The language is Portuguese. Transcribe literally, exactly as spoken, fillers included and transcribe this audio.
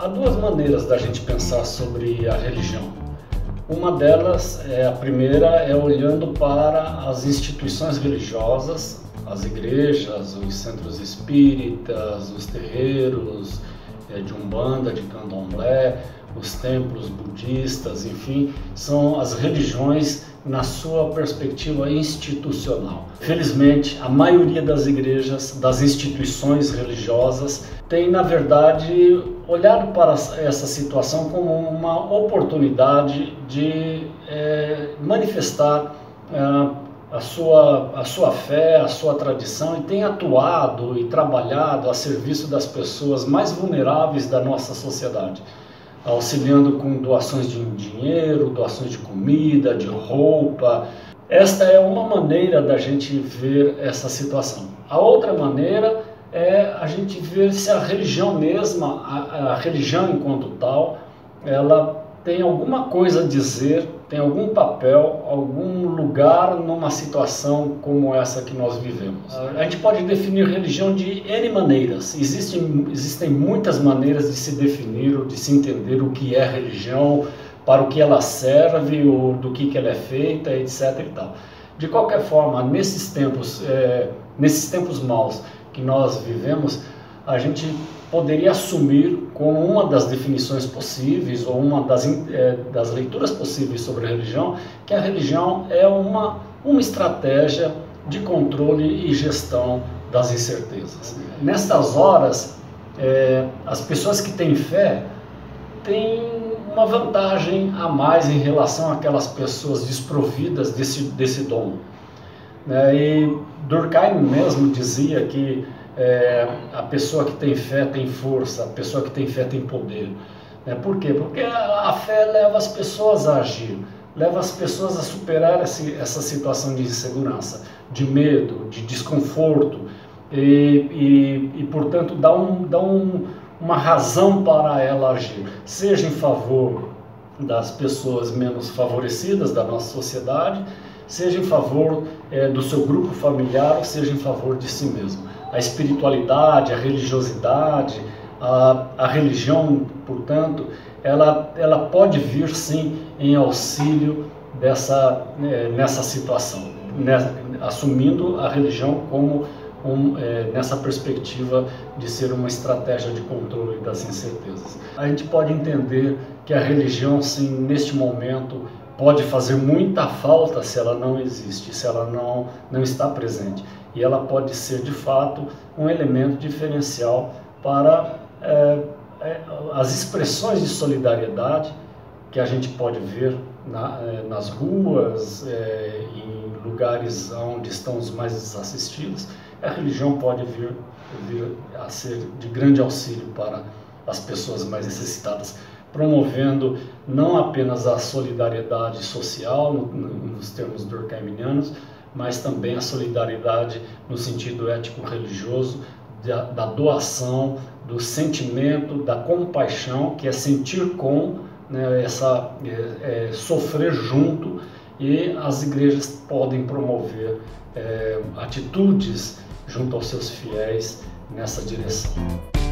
Há duas maneiras da gente pensar sobre a religião. Uma delas, é, a primeira, é olhando para as instituições religiosas, as igrejas, os centros espíritas, os terreiros é, de Umbanda, de Candomblé, os templos budistas, enfim, são as religiões na sua perspectiva institucional. Felizmente, a maioria das igrejas, das instituições religiosas, tem, na verdade, olhado para essa situação como uma oportunidade de é, manifestar é, a sua, a sua fé, a sua tradição, e tem atuado e trabalhado a serviço das pessoas mais vulneráveis da nossa sociedade, auxiliando com doações de dinheiro, doações de comida, de roupa. Esta é uma maneira da gente ver essa situação. A outra maneira é a gente ver se a religião mesma, a, a religião enquanto tal, ela tem alguma coisa a dizer, tem algum papel, algum lugar numa situação como essa que nós vivemos. A gente pode definir religião de N maneiras. Existem, existem muitas maneiras de se definir, de se entender o que é religião, para o que ela serve, ou do que, que ela é feita, etc e tal. De qualquer forma, nesses tempos, é, nesses tempos maus que nós vivemos, a gente poderia assumir como uma das definições possíveis ou uma das, é, das leituras possíveis sobre a religião, que a religião é uma, uma estratégia de controle e gestão das incertezas. Nestas horas, é, as pessoas que têm fé têm uma vantagem a mais em relação àquelas pessoas desprovidas desse, desse dom. É, e Durkheim mesmo dizia que é, a pessoa que tem fé tem força, a pessoa que tem fé tem poder. É, por quê? Porque a, a fé leva as pessoas a agir, leva as pessoas a superar esse, essa situação de insegurança, de medo, de desconforto e, e, e portanto, dá, um, dá um, uma razão para ela agir, seja em favor das pessoas menos favorecidas da nossa sociedade, seja em favor é, do seu grupo familiar, ou seja em favor de si mesmo. A espiritualidade, a religiosidade, a, a religião, portanto, ela, ela pode vir sim em auxílio dessa, é, nessa situação, né, assumindo a religião como um, é, nessa perspectiva de ser uma estratégia de controle das incertezas. A gente pode entender que a religião, sim, neste momento, pode fazer muita falta se ela não existe, se ela não, não está presente. E ela pode ser, de fato, um elemento diferencial para é, é, as expressões de solidariedade que a gente pode ver na, é, nas ruas, é, em lugares onde estão os mais desassistidos. A religião pode vir, vir a ser de grande auxílio para as pessoas mais necessitadas, promovendo não apenas a solidariedade social, no, no, nos termos durkheimianos, mas também a solidariedade no sentido ético-religioso, da, da doação, do sentimento, da compaixão, que é sentir com, né, essa, é, é, sofrer junto, e as igrejas podem promover é, atitudes junto aos seus fiéis nessa direção.